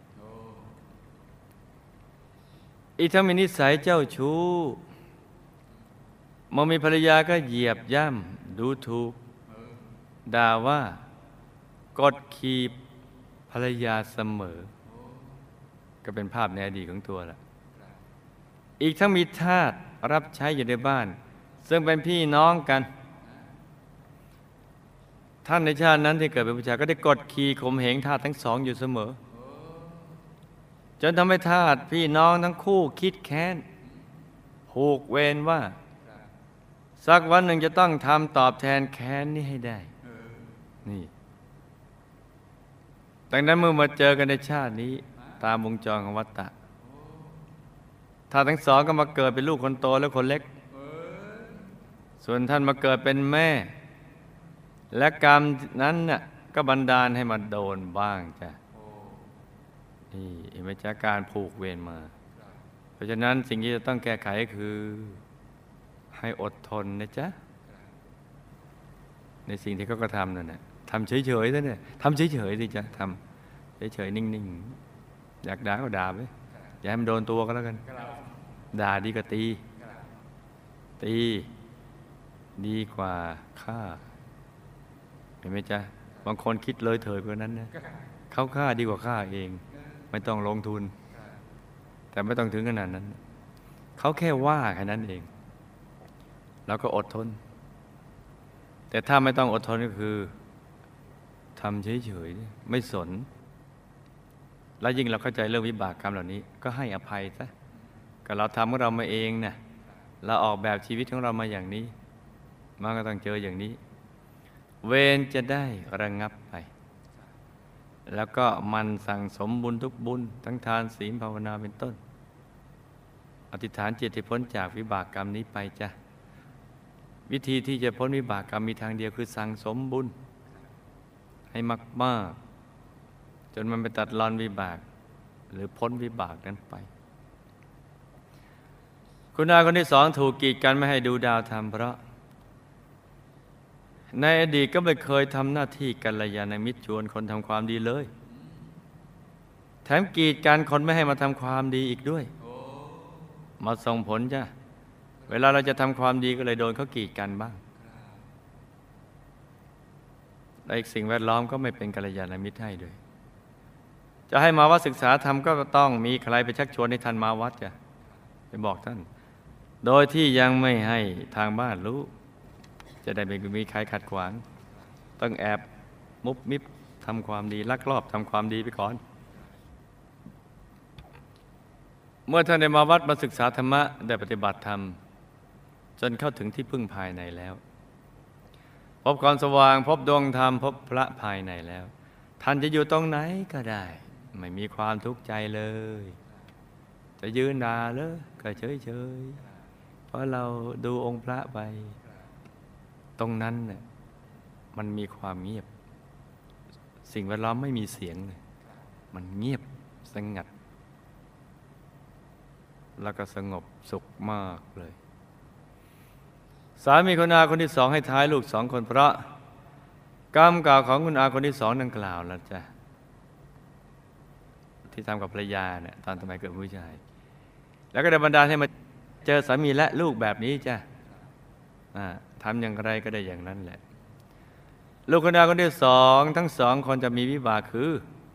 อีกทั้งมีนิสัยเจ้าชู้เมื่อมีภรรยาก็เหยียบย่ำดูถูกด่าว่ากดขี่ภรรยาเสมอก็เป็นภาพในอดีตของตัวละอีกทั้งมีทาสรับใช้อยู่ในบ้านซึ่งเป็นพี่น้องกันท่านในชาตินั้นที่เกิดเป็นผู้ชายก็ได้กดขี่ข่มเหงทาสทั้งสองอยู่เสมอจนทำให้ทาสพี่น้องทั้งคู่คิดแค้นผูกเวรว่าสักวันหนึ่งจะต้องทำตอบแทนแค้นนี้ให้ได้นี่ดังนั้นเมื่อมาเจอกันในชาตินี้ตามวงจรของวัฏฏะทาสทั้งสองก็มาเกิดเป็นลูกคนโตและคนเล็กส่วนท่านมาเกิดเป็นแม่และกรรมนั้นน่ะก็บันดาลให้มาโดนบ้างจ้ะนี่เห็นไหมจ๊ะการผูกเวรมาเพราะฉะนั้นสิ่งที่จะต้องแก้ไขก็คือให้อดทนนะจ๊ะในสิ่งที่เขาก็ทำนั่นแหละทำเฉยๆซะเนี่ยทำเฉยๆสิจ๊ะทำเฉยๆนิ่งๆอยากด่าก็ด่าไปอย่าให้มันโดนตัวก็แล้วกันด่าดีกว่าตีดีกว่าฆ่าเห็นไหมจ๊ะบางคนคิดเลยเถิดกว่านั้นนะเขาฆ่าดีกว่าฆ่าเองไม่ต้องลงทุนแต่ไม่ต้องถึงขนาดนั้นเขาแค่ว่าแค่นั้นเองแล้วก็อดทนแต่ถ้าไม่ต้องอดทนก็คือทำเฉยๆไม่สนแล้วยิ่งเราเข้าใจเรื่องวิบากกรรมเหล่านี้ก็ให้อภัยซะก็เราทำของเรามาเองนะเราออกแบบชีวิตของเรามาอย่างนี้มันก็ต้องเจออย่างนี้เวรจะได้ระงับไปแล้วก็มันสั่งสมบุญทุกบุญทั้งทานศีลภาวนาเป็นต้นอธิษฐานจิตให้พ้นจากวิบากกรรมนี้ไปจ้ะวิธีที่จะพ้นวิบากกรรมมีทางเดียวคือสั่งสมบุญให้มากๆจนมันไปตัดรอนวิบากหรือพ้นวิบากนั้นไปคุณอาคนที่สองถูกกีดกันไม่ให้ดูดาวธรรมเพราะในอดีตก็ไม่เคยทำหน้าที่กัลยาณมิตรชวนคนทำความดีเลยแถมกีดกันคนไม่ให้มาทำความดีอีกด้วยมาส่งผลจ้ะเวลาเราจะทำความดีก็เลยโดนเขากีดกันบ้างและอีกสิ่งแวดล้อมก็ไม่เป็นกัลยาณมิตรให้ด้วยจะให้มาวัดศึกษาธรรมก็ต้องมีใครไปชักชวนให้ท่านมาวัดจ้ะไปบอกท่านโดยที่ยังไม่ให้ทางบ้านรู้จะได้ไม่มีใครขัดขวางต้องแอบมุบมิบทำความดีลักลอบทำความดีไปก่อนเมื่อท่านได้มาวัดมาศึกษาธรรมะได้ปฏิบัติธรรมจนเข้าถึงที่พึ่งภายในแล้วพบความสว่างพบดวงธรรมพบพระภายในแล้วท่านจะอยู่ตรงไหนก็ได้ไม่มีความทุกข์ใจเลยจะยืนด่าเลยก็เฉยๆเพราะเราดูองค์พระไปตรงนั้นเนี่ยมันมีความเงียบสิ่งแวดล้อมไม่มีเสียงเลยมันเงียบสงัดแล้วก็สงบสุขมากเลยสามีคุณอาคนที่สองให้ท้ายลูกสองคนเพราะกรรมเก่าของคุณอาคนที่สองดังกล่าวแล้วจ้ะที่ทำกับภรรยาเนี่ยตอนสมัยเกิดผู้ชายแล้วก็ได้บันดาลให้มาเจอสามีและลูกแบบนี้จ้ะทำอย่างไรก็ได้อย่างนั้นแหละลูกคนอาคนที่สองทั้งสองคนจะมีวิบากคือ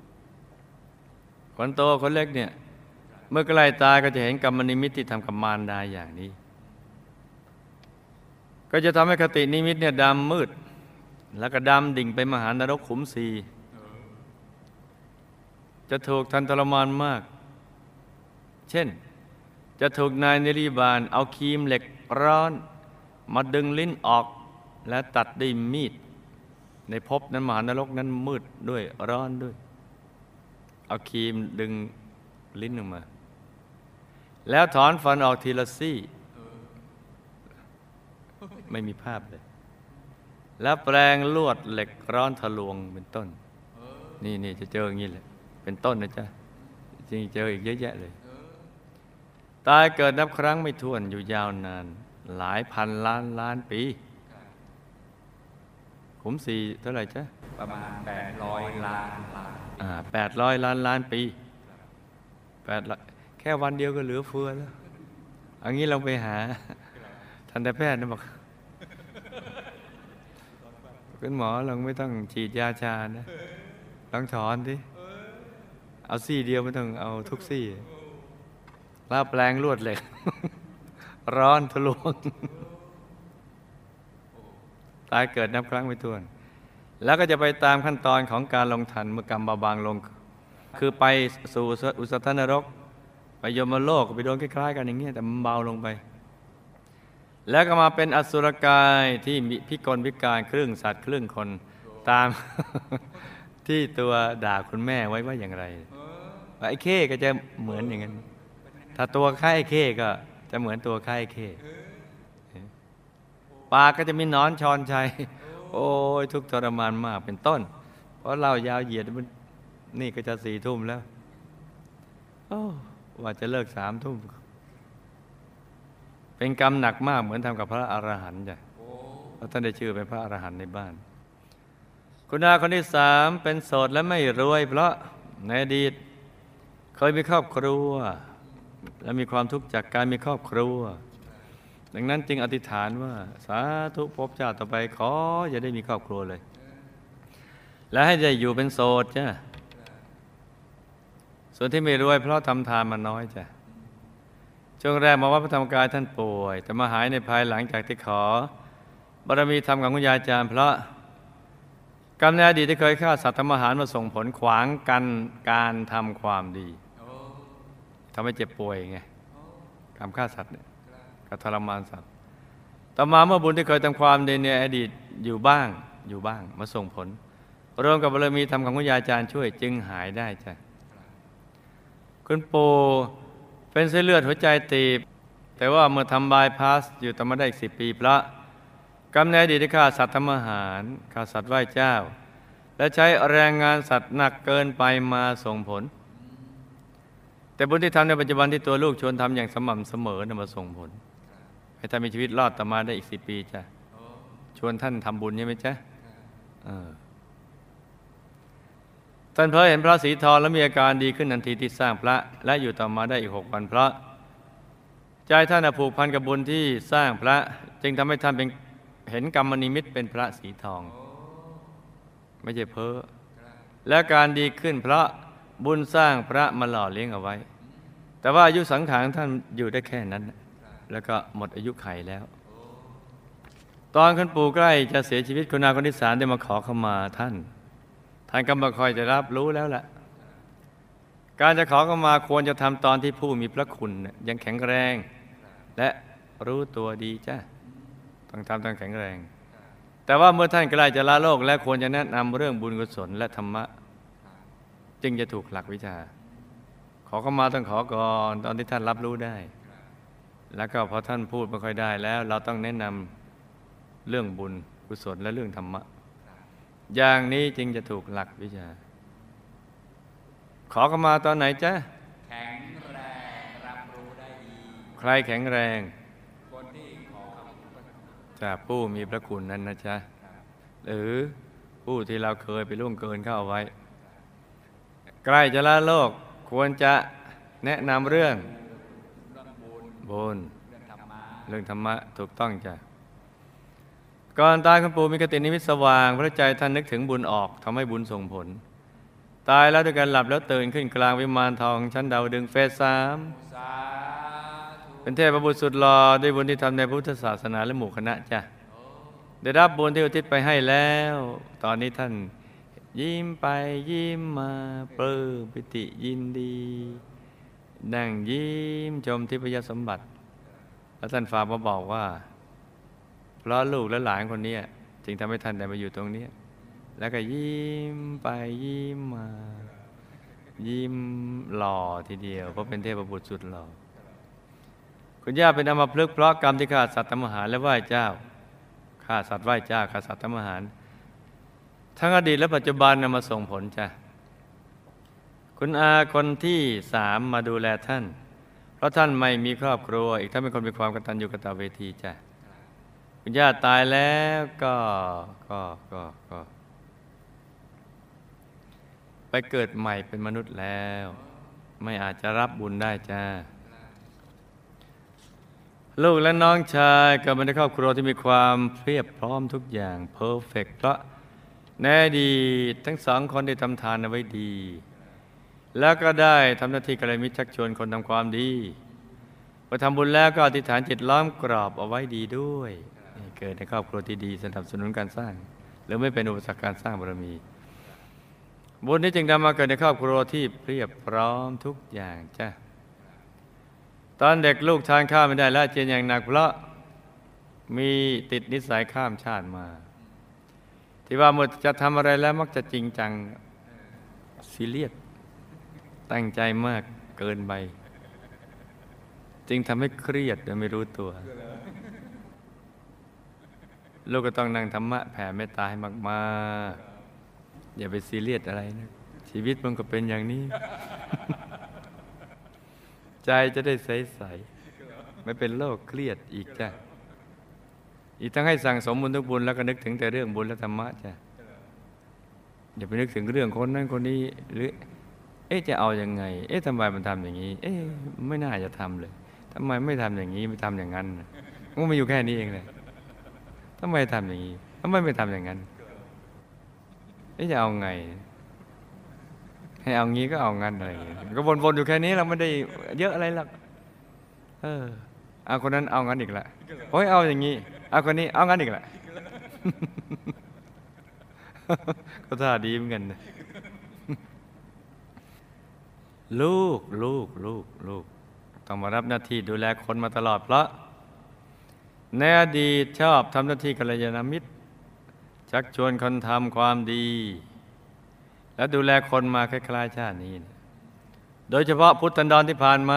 คนโตคนเล็กเนี่ยเมื่อใกล้ตายก็จะเห็นกรรมนิมิตที่ทำกับมารดาอย่างนี้ก็จะทำให้คตินิมิตเนี่ยดำมืดแล้วก็ดำดิ่งไปมหานรกขุมสีจะถูกทันทรมานมากเช่นจะถูกนายนิริบาลเอาครีมเหล็กร้อนมาดึงลิ้นออกและตัดด้วยมีดในภพนั้นมหานรกนั้นมืดด้วยร้อนด้วยเอาครีมดึงลิ้นออกมาแล้วถอนฟันออกทีละซี่ไม่มีภาพเลยแล้วแปลงลวดเหล็กร้อนทะลวงเป็นต้นนี่จะเจออย่างนี้แหละเป็นต้นนะจ๊ะจริงเจออีกเยอะแยะเลยตายเกิดนับครั้งไม่ถ้วนอยู่ยาวนานหลายพันล้านปีขุมสี่เท่าไหร่จ๊ะประมาณ800 ล้าน 800 ล้านปีแค่วันเดียวก็เหลือเฟือแล้วอันนี้เราไปหาทันตแพทย์นะบอกคุณหมอเราไม่ต้องฉีดยาชานะลองถอนดิเอาซี่เดียวไม่ต้องเอาทุกซี่แล้วแปลงลวดเหล็ก ร้อนทะลวง ตายเกิดนับครั้งไม่ถ้วนแล้วก็จะไปตามขั้นตอนของการลงทันเมื่อกรรมเบาบางลงคือไปสู่อุสธนรกไปยมโลกไปโดนคล้ายๆกันอย่างเงี้ยแต่มันเบาลงไปแล้วก็มาเป็นอสุรกายที่มีพิกลพิการครึ่งสัตว์ครึ่งคนตาม ที่ตัวด่าคุณแม่ไว้ว่าอย่างไรไอ้เข้ก็จะเหมือนอย่างนั้นถ้าตัวคล้ายไอ้เข้ก็จะเหมือนตัวคล้ายไอ้เข้ปากก็จะมีหนอนชอนชัยโอ้ยทุกข์ทรมานมากเป็นต้นเพราะเรายาวเหยียดมันนี่ก็จะ4 ทุ่มแล้วโอ้ว่าจะเลิก3 ทุ่มเป็นกรรมหนักมากเหมือนทำกับพระอรหันต์จ้ะเพราะท่านได้ชื่อเป็นพระอรหันต์ในบ้านคุณอาคนที่ 3เป็นโสดและไม่รวยเพราะในอดีตเคยมีครอบครัวและมีความทุกข์จากการมีครอบครัวดังนั้นจึงอธิษฐานว่าสาธุภพชาติต่อไปขออย่าได้มีครอบครัวเลยและให้ได้อยู่เป็นโสดจ้ะส่วนที่ไม่รวยเพราะทำทานมาน้อยจ้ะช่วงแรกมาวัดพระธรรมกายท่านป่วยแต่มาหายในภายหลังจากที่ขอบารมีธรรมของคุณยายอาจารย์เพราะกรรมในอดีตที่เคยฆ่าสัตว์ทำอาหารมาส่งผลขวางกันการทำความดีทำให้เจ็บป่วยไงกรรมฆ่าสัตว์เนี่ยก็ทรมานสัตว์ต่อมาเมื่อบุญที่เคยทำความดีในอดีตอยู่บ้างมาส่งผลรวมกับบารมีธรรมของคุณยายอาจารย์ช่วยจึงหายได้จ้ะคุณปู่เป็นเส้นเลือดหัวใจตีบแต่ว่าเมื่อทำบายพาสอยู่ต่อมาได้อีก10 ปีพระกรรมในอดีตที่ฆ่าสัตว์ทำอาหารฆ่าสัตว์ไหว้เจ้าและใช้แรงงานสัตว์หนักเกินไปมาส่งผลแต่บุญที่ทำในปัจจุบันที่ตัวลูกชวนทำอย่างสม่ำเสมอมาส่งผลให้ท่านมีชีวิตรอดต่อมาได้อีก10 ปีจ้ะชวนท่านทำบุญใช่ไหมจ๊ะท่านเพอเห็นพระสีทองแล้วมีอาการดีขึ้นทันทีที่สร้างพระและอยู่ต่อมาได้อีก6 วันเพราะใจท่านผูกพันกับบุญที่สร้างพระจึงทำให้ท่านเป็นเห็นกรรมนิมิตเป็นพระสีทองไม่ใช่เพ้อและการดีขึ้นเพราะบุญสร้างพระมาหล่อเลี้ยงเอาไว้แต่ว่าอายุสังขารท่านอยู่ได้แค่นั้นแล้วก็หมดอายุไขแล้วตอนคุณปู่ใกล้จะเสียชีวิตคุณอาคนที่ 3ได้มาขอขมาท่านก็ไม่ค่อยจะรับรู้แล้วล่ะการจะขอขมาควรจะทำตอนที่ผู้มีพระคุณยังแข็งแรงและรู้ตัวดีจ้ะต้องทำตอนแข็งแรงแต่ว่าเมื่อท่านใกล้จะละโลกและควรจะแนะนำเรื่องบุญกุศลและธรรมะจึงจะถูกหลักวิชาขอขมาต้องขอก่อนตอนที่ท่านรับรู้ได้แล้วก็พอท่านพูดไม่ค่อยได้แล้วเราต้องแนะนำเรื่องบุญกุศลและเรื่องธรรมะอย่างนี้จึงจะถูกหลักวิชาขอขมาตอนไหนจ๊ะแข็งแรงรับรู้ได้ดีใครแข็งแรงคนที่ขอขมาจากผู้มีพระคุณนั้นนะจ๊ะหรือผู้ที่เราเคยไปล่วงเกินเข้าไว้ใกล้จะละโลกควรจะแนะนำเรื่องบุญเรื่องธรรมะถูกต้องจ้ะก่อนตายคุณปู่มีกตินิมิตสว่างพระใจท่านนึกถึงบุญออกทำให้บุญส่งผลตายแล้วด้วยการหลับแล้วตื่นขึ้นกลางวิมานทองชั้นดาวดึงเฟส 3เป็นเทพบุตรสุดหล่อด้วยบุญที่ทำในพุทธศาสนาและหมู่คณะจ้ะได้รับบุญที่อุทิศไปให้แล้วตอนนี้ท่านยิ้มไปยิ้มมาปลื้มปิติยินดีนั่งยิ้มชมทิพยสมบัติแล้วท่านฝากมาบอกว่าเพราะลูกและหลานคนนี้จึงทำให้ท่านได้มาอยู่ตรงนี้แล้วก็ยิ้มไปยิ้มมา ยิ้มหล่อทีเดียวเพราะเป็นเทพบุตรสุดหล่อคุณย่าเป็นอัมพฤกษ์เพราะกรรมที่ฆ่าสัตว์ทำอาหารและไหว้เจ้าฆ่าสัตว์ไหว้เจ้าฆ่าสัตว์ทำอาหารทั้งอดีตและปัจจุบันนำมาส่งผลจ้ะคุณอาคนที่3มาดูแลท่านเพราะท่านไม่มีครอบครัวอีกท่านเป็นคนมีความกตัญญูกตเวทีจ้ะคุณย่าตายแล้วก็ไปเกิดใหม่เป็นมนุษย์แล้วไม่อาจจะรับบุญได้จ้าลูกและน้องชายเกิดมาในครอบครัวที่มีความเพียบพร้อมทุกอย่างเพอร์เฟกต์เพราะแน่ดีทั้ง2 คนได้ทำทานเอาไว้ดีแล้วก็ได้ทำหน้าที่กัลยาณมิตรชักชวนคนทำความดีพอทำบุญแล้วก็อธิษฐานจิตล้อมกรอบเอาไว้ดีด้วยเกิดในครอบครัวที่ดีสนับสนุนการสร้างหรือไม่เป็นอุปสรรคการสร้างบารมีบุญนี้จึงนำมาเกิดในครอบครัวที่เพียบพร้อมทุกอย่างจ้ะตอนเด็กลูกทานข้าวไม่ได้และเจียนอย่างหนักเพราะมีติดนิสัยข้ามชาติมาที่ว่าเมื่อจะทำอะไรแล้วมักจะจริงจังซีเรียสตั้งใจมากเกินไปจึงทำให้เครียดโดยไม่รู้ตัวลูกก็ต้องนั่งธรรมะแผ่เมตตาให้มากๆอย่าไปซีเรียสอะไรนะชีวิตมันก็เป็นอย่างนี้ ใจจะได้ใสๆไม่เป็นโรคเครียดอีกจ้ะอีกทั้งให้สั่งสมบุญทุกบุญแล้วก็นึกถึงแต่เรื่องบุญและธรรมะจ้ะอย่าไปนึกถึงเรื่องคนนั้นคนนี้หรือจะเอายังไงทำไมมันทำอย่างนี้ไม่น่าจะทำเลยทำไมไม่ทำอย่างนี้ไม่ทำอย่างนั้นมันมีอยู่แค่นี้เองเลยทำไมทำอย่างนี้ทำไมไม่ทำอย่างนั้นจะเอาไงให้เอางี้ก็เอางั้นอะไรอย่างเงี้ยก็วนๆอยู่แค่นี้เราไม่ได้เยอะอะไรหรอกเอาคนนั้นเอางั้นอีกละโอ้ยเอาอย่างนี้เอาคนนี้เอางั้นอีกละก็ท่าดีเหมือนกันนะลูกต้องมารับหน้าที่ดูแลคนมาตลอดเพราะในอดีตชอบทำหน้าที่กัลยาณมิตรชักชวนคนทำความดีและดูแลคนมาคล้ายๆชาตินี้โดยเฉพาะพุทธันดรที่ผ่านมา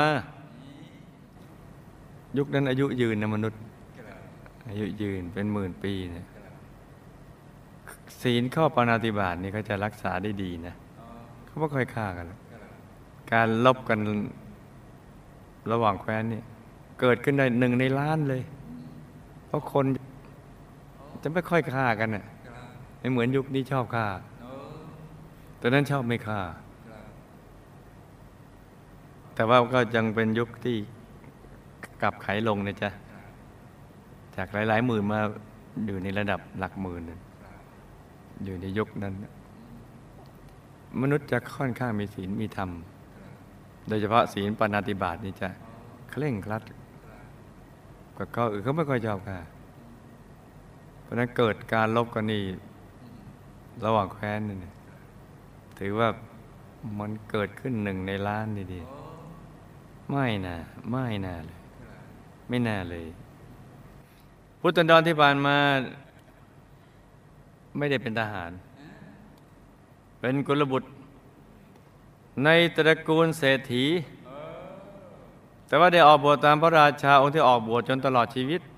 ยุคนั้นอายุยืนนะมนุษย์อายุยืนเป็นหมื่นปีเนี่ยศีลข้อปาณาติบาตนี่เขาจะรักษาได้ดีนะเขาไม่ค่อยฆ่ากันการลบกันระหว่างแคว้นนี่เกิดขึ้นได้1 ในล้านเลยเพราะคนจะไม่ค่อยฆ่ากันน่ะไม่เหมือนยุคนี้ชอบฆ่าตอนนั้นชอบไม่ฆ่าแต่ว่าก็ยังเป็นยุคที่กลับไขลงนะจ๊ะจากหลายๆหมื่นมาอยู่ในระดับหลักหมื่นอยู่ในยุคนั้นมนุษย์จะค่อนข้างมีศีลมีธรรมโดยเฉพาะศีลปาณาติบาตนี่จะเคร่งครัดกว่าก็เขาไม่ค่อยชอบค่ะเพราะนั้นเกิดการลบกันนี่ระหว่างแคว้นนี่ถือว่ามันเกิดขึ้น1 ในล้านดีๆไม่น่าเลยไม่น่าเลยพุทธันดรที่ผ่านมาไม่ได้เป็นทหารเป็นกุลบุตรในตระกูลเศรษฐีแต่ว่าได้ออกบวชตามพระราชาองค์ที่ออกบวชจนตลอดชีวิต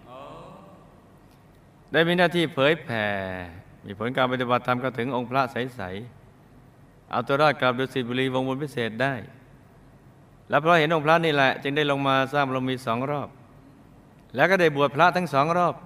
ได้มีหน้าที่เผยแผ่มีผลการปฏิบัติธรรมก็ถึงองค์พระใสๆเอาตัวรอดกลับดุสิตบุรีวงบุญพิเศษได้และเพราะเห็นองค์พระนี่แหละจึงได้ลงมาสร้างบารมี2 รอบแล้วก็ได้บวชพระทั้ง2 รอบ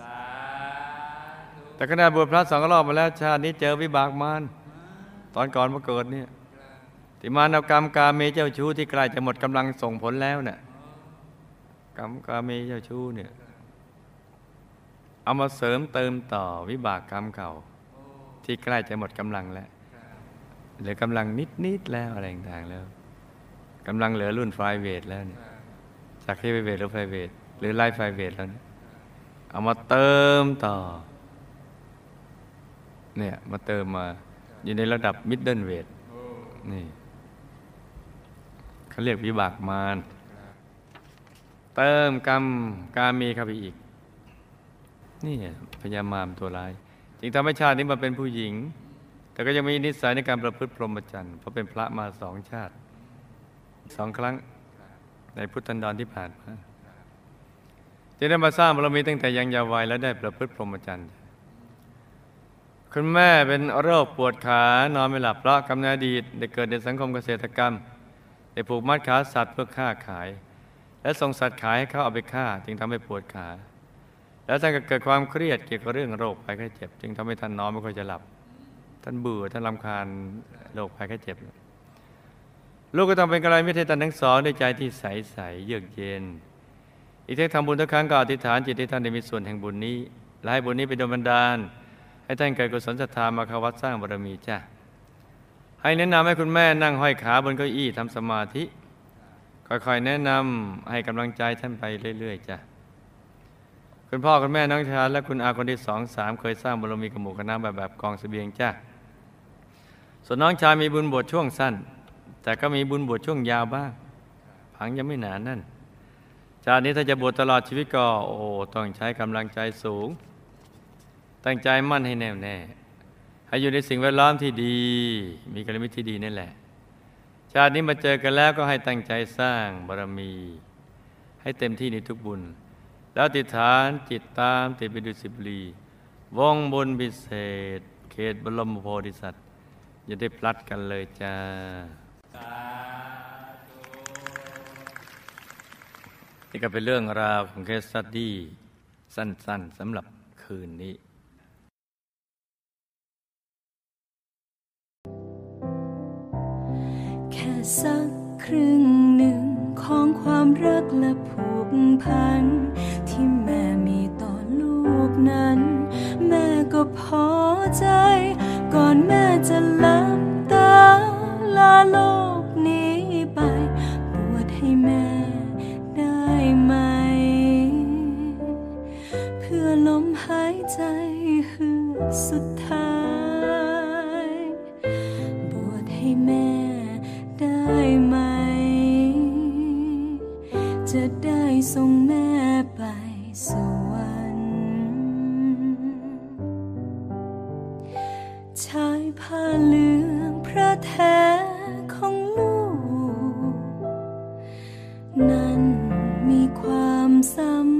แต่ขณะบวชพระ2 รอบมาแล้วชาตินี้เจอวิบากมารตอนก่อนมาเกิดเนี่ยที่มารเอากรรมกาเมเจ้าชู้ที่ใกล้จะหมดกำลังส่งผลแล้วเนี่ยกรรมกาเมเจ้าชู้เนี่ยเอามาเสริมเติมต่อวิบากกรรมเก่าที่ใกล้จะหมดกำลังแล้วเหลือกำลังนิดแล้วอะไรต่างๆแล้วกำลังเหลือรุ่นไฟเวทแล้วเนี่ยจากเฮฟวีเวทหรือไฟเวทหรือไลท์ไฟเวทแล้วเนี่ยเอามาเติมต่อเนี่ยมาเติมมาอยู่ในระดับมิดเดิลเวทนี่เขาเรียกวิบากมารเติมกรรมกามีเข้าไปอีกนี่พญามารตัวร้ายจึงทำให้ชาตินี้มาเป็นผู้หญิงแต่ก็ยังมีนิสัยในการประพฤติพรหมจรรย์เพราะเป็นพระมา2 ชาติ 2 ครั้งในพุทธันดรที่ผ่านมาจึงได้มาสร้างบารมีตั้งแต่ยังเยาว์วัยและได้ประพฤติพรหมจรรย์คุณแม่เป็นโรคปวดขานอนไม่หลับเพราะกำเนิดอดีตได้เกิดในสังคมเกษตรกรรมได้ผูกมัดขาสัตว์เพื่อฆ่าขายและส่งสัตว์ขายให้เขาเอาไปฆ่าจึงทำให้ปวดขาแล้วท่านก็เกิดความเครียดเกี่ยวกับเรื่องโรคภัยไข้เจ็บจึงทำให้ท่านนอนไม่ค่อยจะหลับท่านเบื่อท่านรำคาญโรคภัยไข้เจ็บลูกก็ต้องเป็นกัลยาณมิตรให้ท่านทั้งสองด้วยใจที่ใสๆเยือกเย็นอีกทั้งทำบุญทุกครั้งก็อธิษฐานจิตให้ท่านได้มีส่วนแห่งบุญนี้และให้บุญนี้เป็นดลบันดาลให้ท่านเกิดกุศลศรัทธามาเข้าวัดสร้างบารมีจ้ะให้แนะนำให้คุณแม่นั่งห้อยขาบนเก้าอี้ทำสมาธิค่อยๆแนะนำให้กำลังใจท่านไปเรื่อยๆจ้ะคุณพ่อคุณแม่น้องชายและคุณอาคนที่2 3เคยสร้างบารมีกับหมู่คณะแบบกองเสบียงจ้ะส่วนน้องชายมีบุญบวชช่วงสั้นแต่ก็มีบุญบวชช่วงยาวบ้างผังยังไม่หนานั่นชาตินี้ถ้าจะบวชตลอดชีวิตก็ต้องใช้กำลังใจสูงตั้งใจมั่นให้แน่วแน่ให้อยู่ในสิ่งแวดล้อมที่ดีมีกัลยาณมิตรที่ดีนั่นแหละชาตินี้มาเจอกันแล้วก็ให้ตั้งใจสร้างบารมีให้เต็มที่ในทุกบุญแล้วอธิษฐานจิตตามติดไปดู10 บุรีวงบุญพิเศษเขตบรมโพธิสัตว์อย่าได้พลัดกันเลยจ้านี่ก็เป็นเรื่องราวของเคสสตัดดี้สั้นๆสำหรับคืนนี้แค่สักครึ่งหนึ่งของความรักและผูกพันที่แม่มีต่อลูกนั้นแม่ก็พอใจก่อนแม่จะหลับตาลาโลกนี้ไปบวชให้แม่ได้ไหมเพื่อลมหายใจเฮือกสุดท้ายบวชให้แม่ได้ไหมจะได้ส่งแม่ไปสวรรค์ชายผ้าเหลืองพระแท้ของลูกนั้นมีความสำ